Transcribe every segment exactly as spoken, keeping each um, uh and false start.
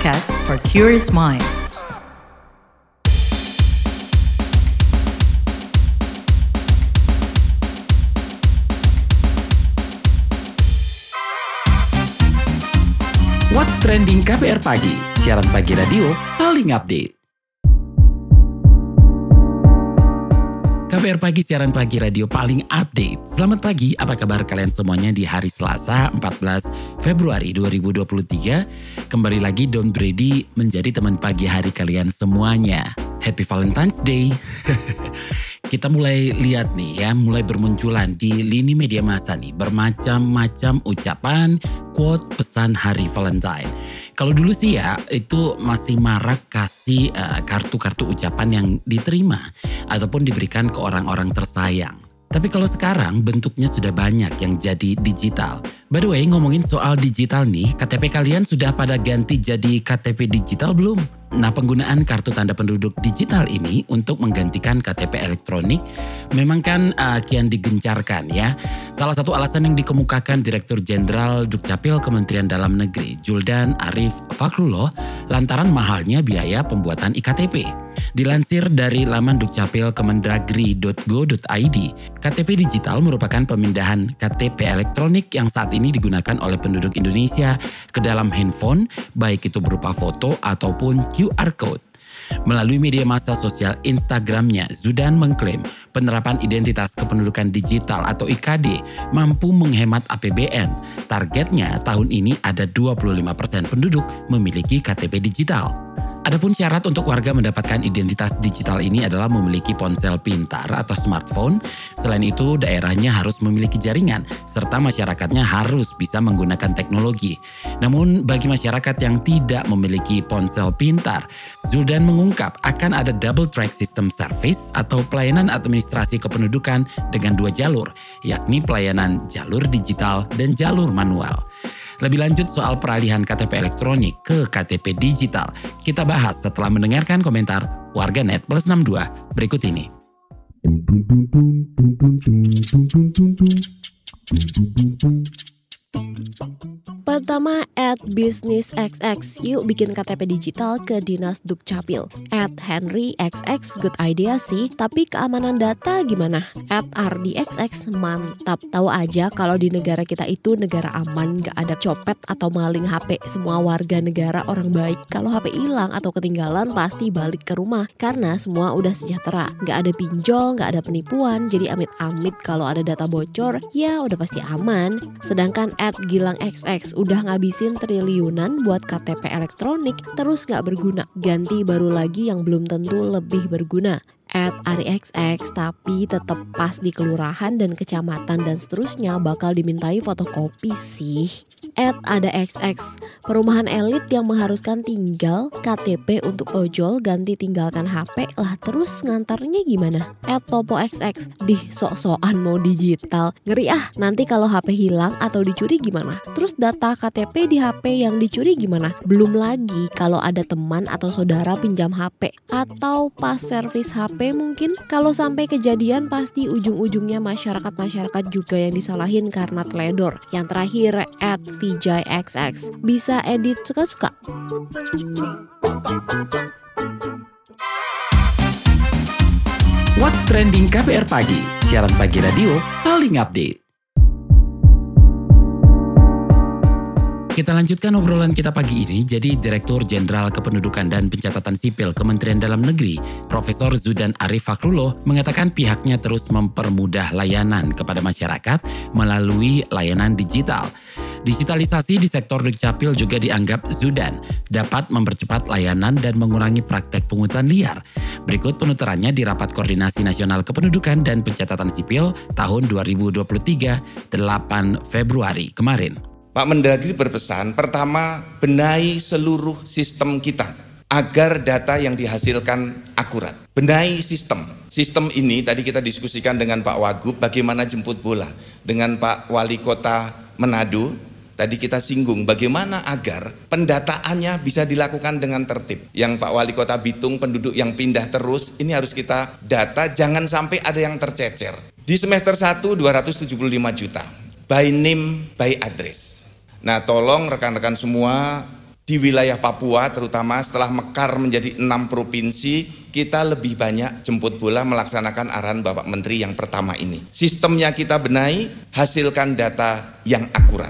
podcast for curious mind. What's Trending K B R Pagi, siaran pagi radio paling update. K B R Pagi, siaran pagi radio paling update. Selamat pagi, apa kabar kalian semuanya di hari Selasa empat belas Februari dua ribu dua puluh tiga. Kembali lagi Don Brady menjadi teman pagi hari kalian semuanya. Happy Valentine's Day. Kita mulai lihat nih ya, mulai bermunculan di lini media massa nih bermacam-macam ucapan, quote, pesan hari Valentine. Kalau dulu sih ya itu masih marak kasih uh, kartu-kartu ucapan yang diterima ataupun diberikan ke orang-orang tersayang. Tapi kalau sekarang bentuknya sudah banyak yang jadi digital. By the way, ngomongin soal digital nih, K T P kalian sudah pada ganti jadi K T P digital belum? Nah, penggunaan kartu tanda penduduk digital ini untuk menggantikan K T P elektronik memang kan uh, kian digencarkan ya. Salah satu alasan yang dikemukakan Direktur Jenderal Dukcapil Kementerian Dalam Negeri, Juldan Arif Fakrullah, lantaran mahalnya biaya pembuatan I K T P. Dilansir dari laman dukcapil kemendagri dot go dot i d, K T P digital merupakan pemindahan K T P elektronik yang saat ini digunakan oleh penduduk Indonesia ke dalam handphone, baik itu berupa foto ataupun Q R code. Melalui media massa sosial Instagramnya, Zudan mengklaim penerapan identitas kependudukan digital atau I K D mampu menghemat A P B N. Targetnya tahun ini ada dua puluh lima persen penduduk memiliki K T P digital. Adapun syarat untuk warga mendapatkan identitas digital ini adalah memiliki ponsel pintar atau smartphone. Selain itu, daerahnya harus memiliki jaringan serta masyarakatnya harus bisa menggunakan teknologi. Namun, bagi masyarakat yang tidak memiliki ponsel pintar, Zuldan mengungkap akan ada double track system service atau pelayanan administrasi kependudukan dengan dua jalur, yakni pelayanan jalur digital dan jalur manual. Lebih lanjut soal peralihan K T P elektronik ke K T P digital, kita bahas setelah mendengarkan komentar warganet plus enam dua berikut ini. Pertama, at business x x, yuk bikin K T P digital ke Dinas Dukcapil. At Henry x x, good idea sih, tapi keamanan data gimana? At R D X X, mantap. Tahu aja kalau di negara kita itu negara aman, gak ada copet atau maling H P. Semua warga negara orang baik. Kalau H P hilang atau ketinggalan pasti balik ke rumah, karena semua udah sejahtera. Gak ada pinjol, gak ada penipuan, jadi amit-amit kalau ada data bocor, ya udah pasti aman. Sedangkan at Gilang X X udah ngabisin triliunan buat K T P elektronik, terus gak berguna. Ganti baru lagi yang belum tentu lebih berguna. At Ari X X, tapi tetap pas di kelurahan dan kecamatan dan seterusnya bakal dimintai fotokopi sih. At ada X X, perumahan elit yang mengharuskan tinggal K T P untuk ojol ganti tinggalkan H P lah, terus ngantarnya gimana? At Topo X X, dih sok-sokan mau digital, ngeri ah, nanti kalau H P hilang atau dicuri gimana? Terus data K T P di H P yang dicuri gimana? Belum lagi kalau ada teman atau saudara pinjam H P atau pas servis H P mungkin. Kalau sampai kejadian pasti ujung-ujungnya masyarakat-masyarakat juga yang disalahin karena teledor. Yang terakhir, at Vijay X X, bisa edit suka-suka. What's Trending K B R Pagi, siaran pagi radio paling update. Kita lanjutkan obrolan kita pagi ini. Jadi Direktur Jenderal Kependudukan dan Pencatatan Sipil Kementerian Dalam Negeri, Profesor Zudan Arif Fakrullah, mengatakan pihaknya terus mempermudah layanan kepada masyarakat melalui layanan digital. Digitalisasi di sektor Dukcapil juga dianggap Zudan dapat mempercepat layanan dan mengurangi praktek pungutan liar. Berikut penuturannya di Rapat Koordinasi Nasional Kependudukan dan Pencatatan Sipil tahun dua ribu dua puluh tiga, delapan Februari kemarin. Pak Mendagri berpesan, pertama, benahi seluruh sistem kita agar data yang dihasilkan akurat. Benahi sistem. Sistem ini tadi kita diskusikan dengan Pak Wagub bagaimana jemput bola. Dengan Pak Wali Kota Manado, tadi kita singgung bagaimana agar pendataannya bisa dilakukan dengan tertib. Yang Pak Wali Kota Bitung, penduduk yang pindah terus, ini harus kita data, jangan sampai ada yang tercecer. Di semester satu, dua ratus tujuh puluh lima juta. By name, by address. Nah, tolong rekan-rekan semua Di wilayah Papua terutama setelah mekar menjadi enam provinsi, kita lebih banyak jemput bola melaksanakan arahan Bapak Menteri yang pertama ini. Sistemnya kita benahi, hasilkan data yang akurat.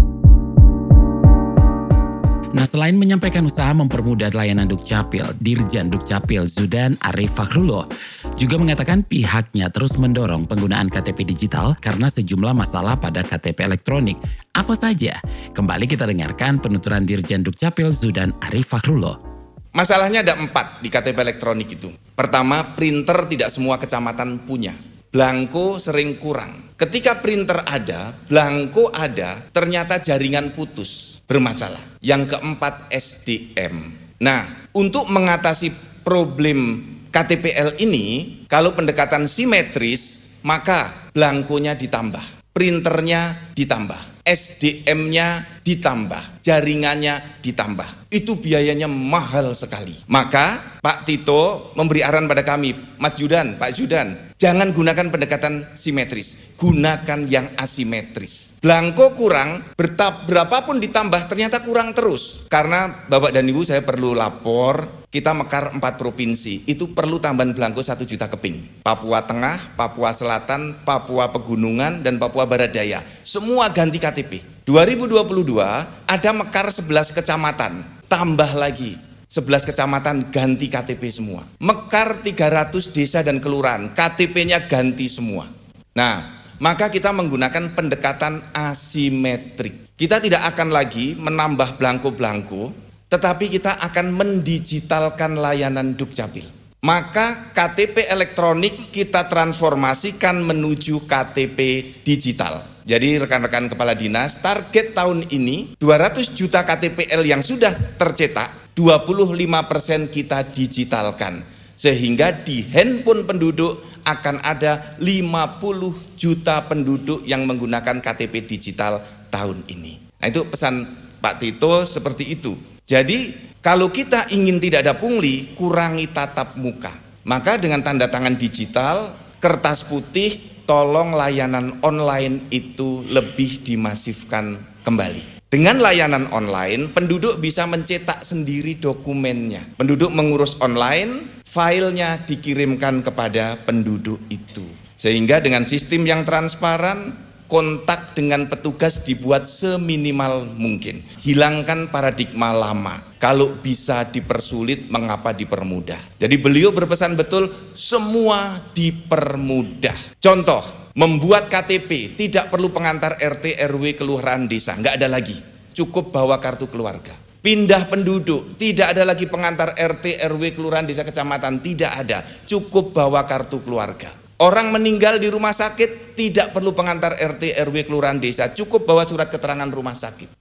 Nah, selain menyampaikan usaha mempermudah layanan Dukcapil, Dirjen Dukcapil Zudan Arif Fakhrullah juga mengatakan pihaknya terus mendorong penggunaan K T P digital karena sejumlah masalah pada K T P elektronik. Apa saja? Kembali kita dengarkan penuturan Dirjen Dukcapil Zudan Arif Fakhrullah. Masalahnya ada empat di K T P elektronik itu. Pertama, printer tidak semua kecamatan punya. Blanko sering kurang. Ketika printer ada, blanko ada, ternyata jaringan putus, bermasalah. Yang keempat, S D M. Nah, untuk mengatasi problem K T P L ini, kalau pendekatan simetris, maka blankonya ditambah, printernya ditambah, S D M-nya ditambah, jaringannya ditambah. Itu biayanya mahal sekali. Maka Pak Tito memberi arahan pada kami, Mas Judan, Pak Judan, jangan gunakan pendekatan simetris, gunakan yang asimetris. Blanko kurang, berapapun ditambah ternyata kurang terus. Karena Bapak dan Ibu saya perlu lapor, kita mekar empat provinsi, itu perlu tambahan blanko satu juta keping. Papua Tengah, Papua Selatan, Papua Pegunungan, dan Papua Barat Daya. Semua ganti K T P. dua ribu dua puluh dua ada mekar sebelas kecamatan, tambah lagi sebelas kecamatan ganti K T P semua. Mekar tiga ratus desa dan kelurahan, K T P-nya ganti semua. Nah, maka kita menggunakan pendekatan asimetrik. Kita tidak akan lagi menambah blanko-blanko, tetapi kita akan mendigitalkan layanan Dukcapil. Maka K T P elektronik kita transformasikan menuju K T P digital. Jadi rekan-rekan kepala dinas, target tahun ini dua ratus juta K T P L yang sudah tercetak, dua puluh lima persen kita digitalkan. Sehingga di handphone penduduk akan ada lima puluh juta penduduk yang menggunakan K T P digital tahun ini. Nah, itu pesan Pak Tito seperti itu. Jadi kalau kita ingin tidak ada pungli, kurangi tatap muka. Maka dengan tanda tangan digital, kertas putih, tolong layanan online itu lebih dimasifkan kembali. Dengan layanan online, penduduk bisa mencetak sendiri dokumennya. Penduduk mengurus online, filenya dikirimkan kepada penduduk itu. Sehingga dengan sistem yang transparan, kontak dengan petugas dibuat seminimal mungkin. Hilangkan paradigma lama. Kalau bisa dipersulit, mengapa dipermudah? Jadi beliau berpesan betul, semua dipermudah. Contoh, membuat K T P tidak perlu pengantar R T R W kelurahan desa, nggak ada lagi. Cukup bawa kartu keluarga. Pindah penduduk, tidak ada lagi pengantar R T R W kelurahan desa kecamatan, tidak ada. Cukup bawa kartu keluarga. Orang meninggal di rumah sakit, tidak perlu pengantar R T R W kelurahan desa, cukup bawa surat keterangan rumah sakit.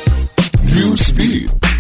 Newsbeat.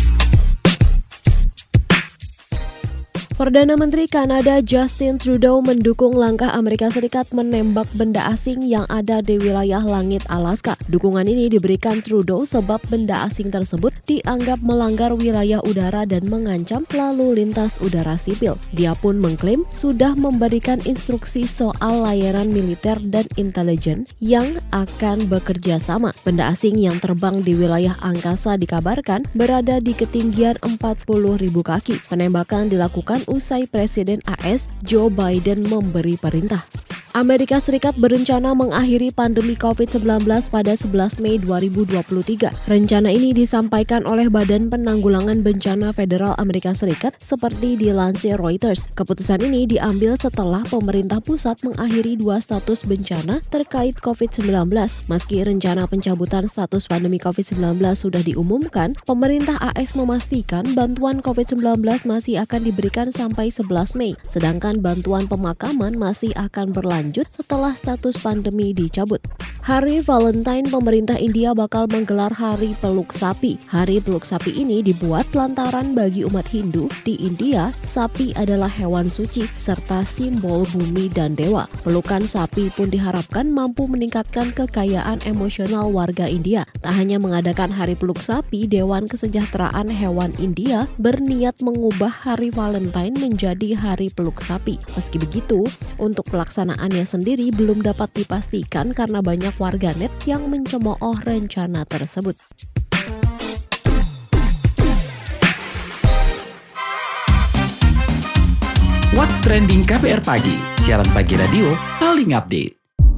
Perdana Menteri Kanada Justin Trudeau mendukung langkah Amerika Serikat menembak benda asing yang ada di wilayah langit Alaska. Dukungan ini diberikan Trudeau sebab benda asing tersebut dianggap melanggar wilayah udara dan mengancam lalu lintas udara sipil. Dia pun mengklaim sudah memberikan instruksi soal layanan militer dan intelijen yang akan bekerja sama. Benda asing yang terbang di wilayah angkasa dikabarkan berada di ketinggian empat puluh ribu kaki. Penembakan dilakukan usai Presiden A S Joe Biden memberi perintah. Amerika Serikat berencana mengakhiri pandemi covid sembilan belas pada sebelas Mei dua ribu dua puluh tiga. Rencana ini disampaikan oleh Badan Penanggulangan Bencana Federal Amerika Serikat seperti dilansir Reuters. Keputusan ini diambil setelah pemerintah pusat mengakhiri dua status bencana terkait covid sembilan belas. Meski rencana pencabutan status pandemi covid sembilan belas sudah diumumkan, pemerintah A S memastikan bantuan covid sembilan belas masih akan diberikan sampai sebelas Mei, sedangkan bantuan pemakaman masih akan berlanjut lanjut setelah status pandemi dicabut. Hari Valentine, pemerintah India bakal menggelar Hari Peluk Sapi. Hari Peluk Sapi ini dibuat lantaran bagi umat Hindu di India, sapi adalah hewan suci serta simbol bumi dan dewa. Pelukan sapi pun diharapkan mampu meningkatkan kekayaan emosional warga India. Tak hanya mengadakan Hari Peluk Sapi, Dewan Kesejahteraan Hewan India berniat mengubah Hari Valentine menjadi Hari Peluk Sapi. Meski begitu, untuk pelaksanaannya sendiri belum dapat dipastikan karena banyak warganet yang mencemooh rencana tersebut. What's Trending K B R Pagi, siaran pagi radio paling update.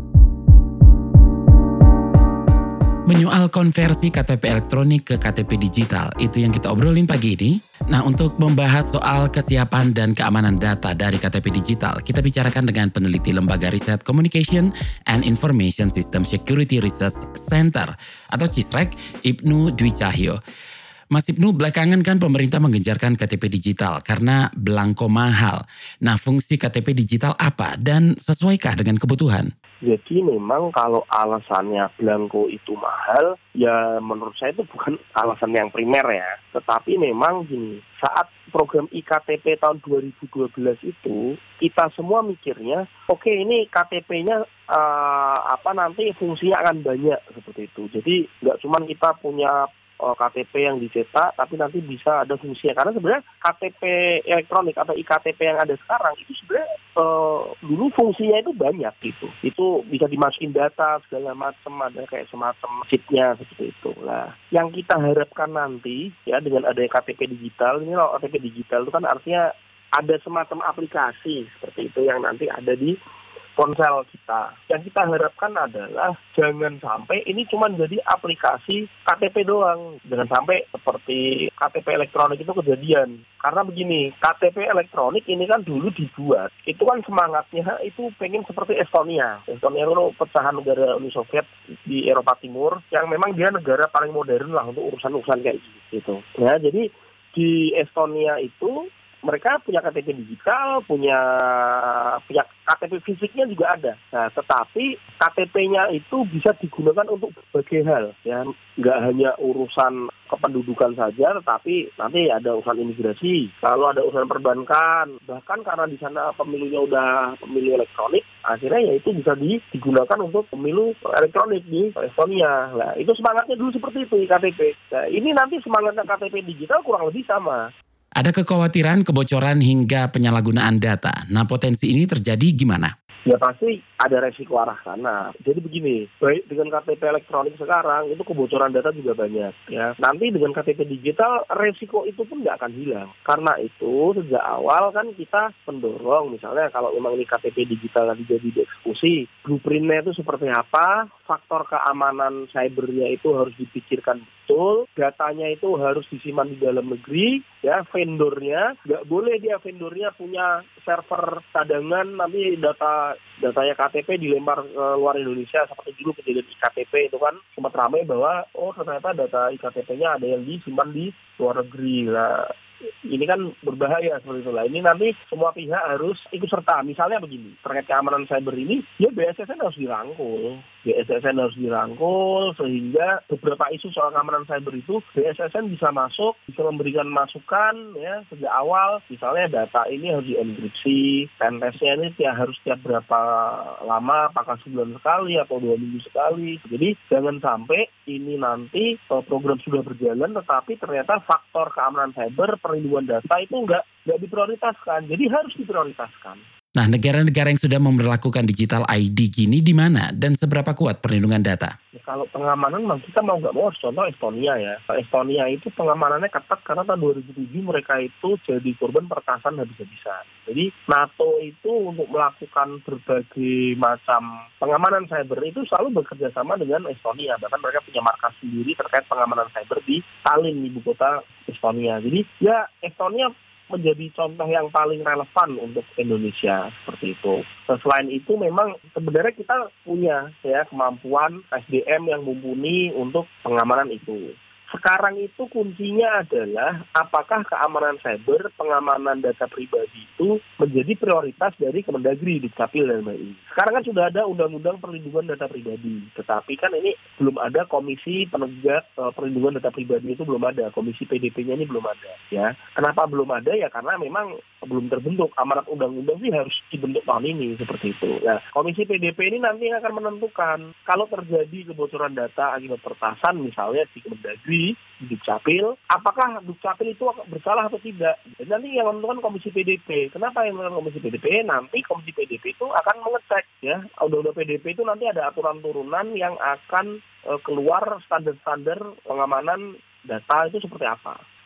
Menyoal konversi K T P elektronik ke K T P digital, itu yang kita obrolin pagi ini. Nah, untuk membahas soal kesiapan dan keamanan data dari K T P digital, kita bicarakan dengan peneliti Lembaga Riset Communication and Information System Security Research Center atau CISREC, Ibnu Dwi Cahyo. Mas Ibnu, belakangan kan pemerintah menggencarkan K T P digital karena belangko mahal. Nah, fungsi K T P digital apa dan sesuaikah dengan kebutuhan? Jadi memang kalau alasannya belangko itu mahal, ya menurut saya itu bukan alasan yang primer ya. Tetapi memang gini, saat program I K T P tahun dua ribu dua belas itu, kita semua mikirnya, oke okay, ini K T P-nya uh, apa nanti fungsinya akan banyak seperti itu. Jadi nggak cuma kita punya K T P yang dicetak, tapi nanti bisa ada fungsinya. Karena sebenarnya K T P elektronik atau I K T P yang ada sekarang itu sebenarnya uh, dulu fungsinya itu banyak gitu. Itu bisa dimasukin data segala macam, ada kayak semacam chipnya seperti itu. Nah, yang kita harapkan nanti ya dengan adanya K T P digital, ini kalau K T P digital itu kan artinya ada semacam aplikasi seperti itu yang nanti ada di ponsel kita. Yang kita harapkan adalah jangan sampai ini cuma jadi aplikasi K T P doang. Jangan sampai seperti K T P elektronik itu kejadian. Karena begini, K T P elektronik ini kan dulu dibuat. Itu kan semangatnya itu pengen seperti Estonia. Estonia itu pecahan negara Uni Soviet di Eropa Timur yang memang dia negara paling modern lah untuk urusan-urusan kayak gitu. Ya, jadi di Estonia itu mereka punya K T P digital, punya punya K T P fisiknya juga ada. Nah, tetapi K T P-nya itu bisa digunakan untuk berbagai hal, ya. Nggak hanya urusan kependudukan saja, tetapi nanti ada urusan imigrasi, lalu ada urusan perbankan, bahkan karena di sana pemilunya udah pemilu elektronik, akhirnya ya itu bisa digunakan untuk pemilu elektronik di Estonia. Nah, itu semangatnya dulu seperti itu K T P. Nah, ini nanti semangatnya K T P digital kurang lebih sama. Ada kekhawatiran kebocoran hingga penyalahgunaan data. Nah, potensi ini terjadi gimana? Ya pasti ada resiko arah sana. Jadi begini, baik dengan K T P elektronik sekarang itu kebocoran data juga banyak. Ya, nanti dengan K T P digital resiko itu pun nggak akan hilang. Karena itu sejak awal kan kita mendorong, misalnya kalau memang ini K T P digital nanti jadi dieksekusi, blueprint-nya itu seperti apa, faktor keamanan cybernya itu harus dipikirkan betul, datanya itu harus disimpan di dalam negeri, ya vendornya nggak boleh dia vendornya punya server cadangan nanti data datanya K T P dilempar ke luar Indonesia seperti dulu kejadian I K T P itu kan sempat ramai bahwa oh ternyata data I K T P-nya ada yang disimpan di luar negeri. Nah, ini kan berbahaya seperti itulah. Ini nanti semua pihak harus ikut serta. Misalnya begini, terkait keamanan cyber ini, ya B S S N harus dirangkul. B S S N harus dirangkul sehingga beberapa isu soal keamanan cyber itu B S S N bisa masuk, bisa memberikan masukan ya sejak awal. Misalnya data ini harus dienkripsi, pentestnya ini ya, harus tiap berapa lama, apakah sebulan sekali atau dua minggu sekali. Jadi jangan sampai ini nanti program sudah berjalan tetapi ternyata faktor keamanan cyber perlindungan data itu enggak enggak diprioritaskan. Jadi harus diprioritaskan. Nah, negara-negara yang sudah memperlakukan digital I D gini di mana dan seberapa kuat perlindungan data? Ya, kalau pengamanan memang kita mau nggak mau harus contoh Estonia ya. Estonia itu pengamanannya ketat karena tahun dua ribu tujuh mereka itu jadi korban peretasan habis-habisan. Jadi NATO itu untuk melakukan berbagai macam pengamanan cyber itu selalu bekerja sama dengan Estonia. Bahkan mereka punya markas sendiri terkait pengamanan cyber di Tallinn, ibu kota Estonia. Jadi ya Estonia menjadi contoh yang paling relevan untuk Indonesia seperti itu. Selain itu memang sebenarnya kita punya ya kemampuan S D M yang mumpuni untuk pengamanan itu. Sekarang itu kuncinya adalah apakah keamanan cyber, pengamanan data pribadi itu menjadi prioritas dari Kemendagri, Dukcapil dan M I. Sekarang kan sudah ada undang-undang perlindungan data pribadi, tetapi kan ini belum ada komisi penegak uh, perlindungan data pribadi itu belum ada, komisi P D P-nya ini belum ada. Ya, kenapa belum ada ya karena memang belum terbentuk. Amanat undang-undang sih harus dibentuk tahun ini seperti itu. Nah, komisi P D P ini nanti akan menentukan kalau terjadi kebocoran data akibat peretasan misalnya di Kemendagri, di Dukcapil, apakah Dukcapil itu bersalah atau tidak. Dan nanti yang menentukan komisi P D P. Kenapa yang menentukan komisi P D P? Nanti komisi P D P itu akan mengecek ya. Undang-undang P D P itu nanti ada aturan turunan yang akan uh, keluar standar-standar pengamanan data itu seperti apa.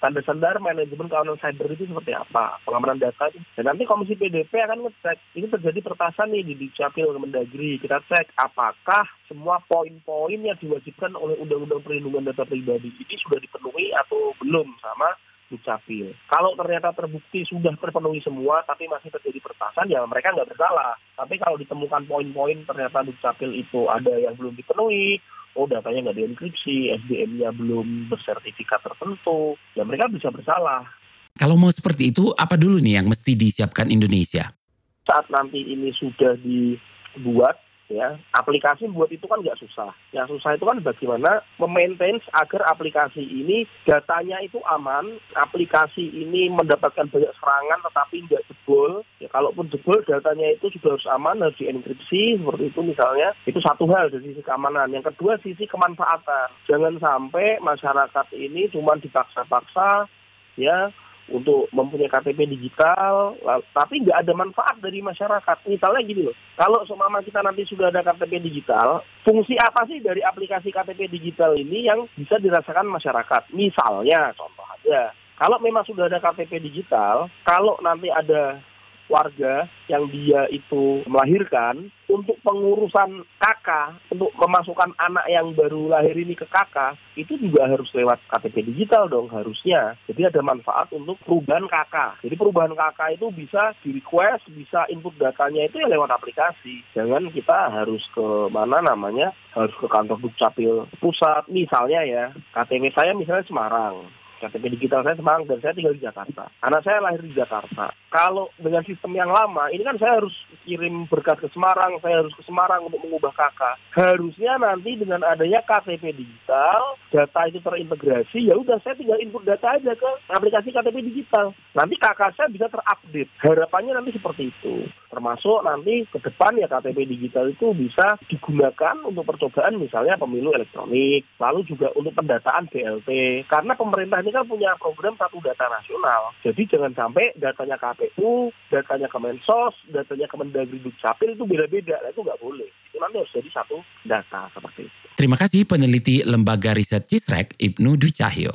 standar-standar manajemen keamanan cyber itu seperti apa, pengamanan data. Dan nanti Komisi P D P akan ngecek, ini terjadi pertasan nih di Dukcapil Kemendagri. Kita cek apakah semua poin-poin yang diwajibkan oleh Undang-Undang Perlindungan Data Pribadi ini sudah dipenuhi atau belum sama Dukcapil. Kalau ternyata terbukti sudah terpenuhi semua tapi masih terjadi pertasan, ya mereka nggak bersalah. Tapi kalau ditemukan poin-poin ternyata Dukcapil itu ada yang belum dipenuhi, oh datanya nggak dienkripsi, S D M-nya belum bersertifikat tertentu, ya mereka bisa bersalah. Kalau mau seperti itu, apa dulu nih yang mesti disiapkan Indonesia? Saat nanti ini sudah dibuat, ya aplikasi buat itu kan nggak susah. Yang susah itu kan bagaimana memaintain agar aplikasi ini datanya itu aman, aplikasi ini mendapatkan banyak serangan tetapi nggak jebol. Ya kalaupun jebol datanya itu sudah harus aman, harus dienkripsi seperti itu misalnya. Itu satu hal dari sisi keamanan. Yang kedua sisi kemanfaatan. Jangan sampai masyarakat ini cuma dipaksa-paksa ya untuk mempunyai K T P digital, tapi nggak ada manfaat dari masyarakat. Misalnya gini loh, kalau seumpama kita nanti sudah ada K T P digital, fungsi apa sih dari aplikasi K T P digital ini yang bisa dirasakan masyarakat? Misalnya, contoh aja, kalau memang sudah ada K T P digital, kalau nanti ada warga yang dia itu melahirkan, untuk pengurusan K K, untuk memasukkan anak yang baru lahir ini ke K K, itu juga harus lewat K T P digital dong harusnya. Jadi ada manfaat untuk perubahan K K. Jadi perubahan K K itu bisa di-request, bisa input datanya itu ya lewat aplikasi. Jangan kita harus ke mana namanya, harus ke kantor Dukcapil pusat. Misalnya ya, K T P saya misalnya Semarang. K T P digital saya Semarang dan saya tinggal di Jakarta. Anak saya lahir di Jakarta. Kalau dengan sistem yang lama, ini kan saya harus kirim berkas ke Semarang, saya harus ke Semarang untuk mengubah K K. Harusnya nanti dengan adanya K T P digital, data itu terintegrasi, ya udah saya tinggal input data aja ke aplikasi K T P digital. Nanti K K saya bisa terupdate. Harapannya nanti seperti itu. Termasuk nanti ke depan ya K T P digital itu bisa digunakan untuk percobaan misalnya pemilu elektronik, lalu juga untuk pendataan B L T. Karena pemerintah ini kan punya program satu data nasional. Jadi jangan sampai datanya K P U, datanya Kemensos, datanya Kemendagri Dukcapil itu beda-beda. Nah, itu nggak boleh. Itu nanti harus jadi satu data seperti itu. Terima kasih peneliti Lembaga Riset Cisrek, Ibnu Dwi Cahyo.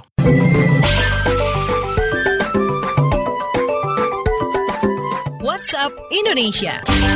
WhatsApp Indonesia.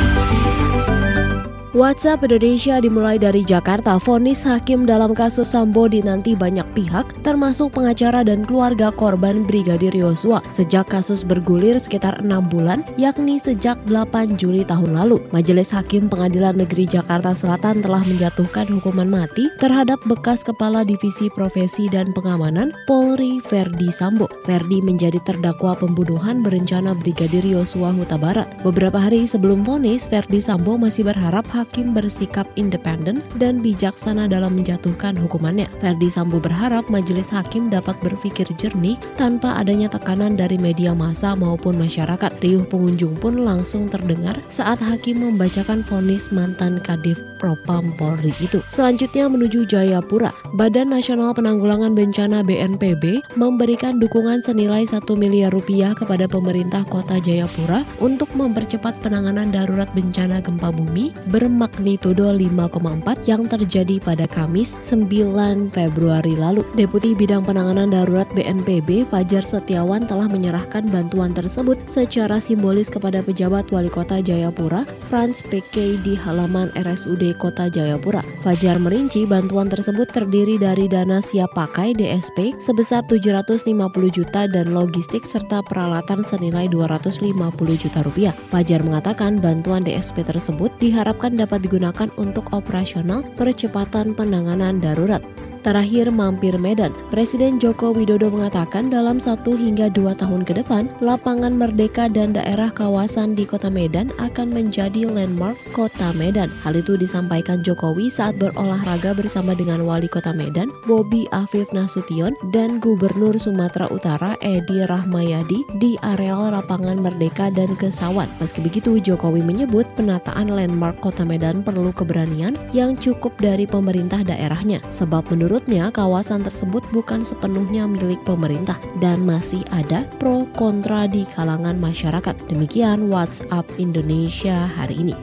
WhatsApp Indonesia dimulai dari Jakarta. Vonis hakim dalam kasus Sambo dinanti banyak pihak, termasuk pengacara dan keluarga korban Brigadir Yosua. Sejak kasus bergulir sekitar enam bulan, yakni sejak delapan Juli tahun lalu, Majelis Hakim Pengadilan Negeri Jakarta Selatan telah menjatuhkan hukuman mati terhadap bekas Kepala Divisi Profesi dan Pengamanan Polri Verdi Sambo. Verdi menjadi terdakwa pembunuhan berencana Brigadir Yosua Huta Barat. Beberapa hari sebelum vonis, Verdi Sambo masih berharap hakim bersikap independen dan bijaksana dalam menjatuhkan hukumannya. Verdi Sambo berharap majelis hakim dapat berpikir jernih tanpa adanya tekanan dari media massa maupun masyarakat. Riuh pengunjung pun langsung terdengar saat hakim membacakan vonis mantan Kadif Propam Polri itu. Selanjutnya menuju Jayapura. Badan Nasional Penanggulangan Bencana B N P B memberikan dukungan senilai satu miliar rupiah kepada pemerintah Kota Jayapura untuk mempercepat penanganan darurat bencana gempa bumi bermagnitudo lima koma empat yang terjadi pada Kamis sembilan Februari lalu. Deputi Bidang Penanganan Darurat B N P B Fajar Setiawan telah menyerahkan bantuan tersebut secara simbolis kepada pejabat Wali Kota Jayapura, Frans P K di halaman R S U D Kota Jayapura. Fajar merinci bantuan tersebut terdiri dari dana siap pakai D S P sebesar tujuh ratus lima puluh juta dan logistik serta peralatan senilai dua ratus lima puluh juta rupiah. Fajar mengatakan bantuan D S P tersebut diharapkan dapat digunakan untuk operasional percepatan penanganan darurat. Terakhir mampir Medan, Presiden Joko Widodo mengatakan dalam satu hingga dua tahun ke depan, lapangan Merdeka dan daerah kawasan di Kota Medan akan menjadi landmark Kota Medan. Hal itu disampaikan Jokowi saat berolahraga bersama dengan Wali Kota Medan, Bobi Afif Nasution, dan Gubernur Sumatera Utara, Edi Rahmayadi, di areal lapangan Merdeka dan Kesawan. Meski begitu, Jokowi menyebut penataan landmark Kota Medan perlu keberanian yang cukup dari pemerintah daerahnya, sebab menurut Menurutnya, kawasan tersebut bukan sepenuhnya milik pemerintah dan masih ada pro kontra di kalangan masyarakat. Demikian WhatsApp Indonesia hari ini.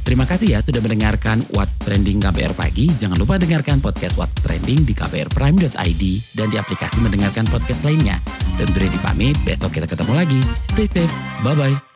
Terima kasih ya sudah mendengarkan What's Trending K B R Pagi. Jangan lupa dengarkan podcast What's Trending di k b r prime dot i d dan di aplikasi mendengarkan podcast lainnya. Dan Brady pamit, besok kita ketemu lagi. Stay safe, bye-bye.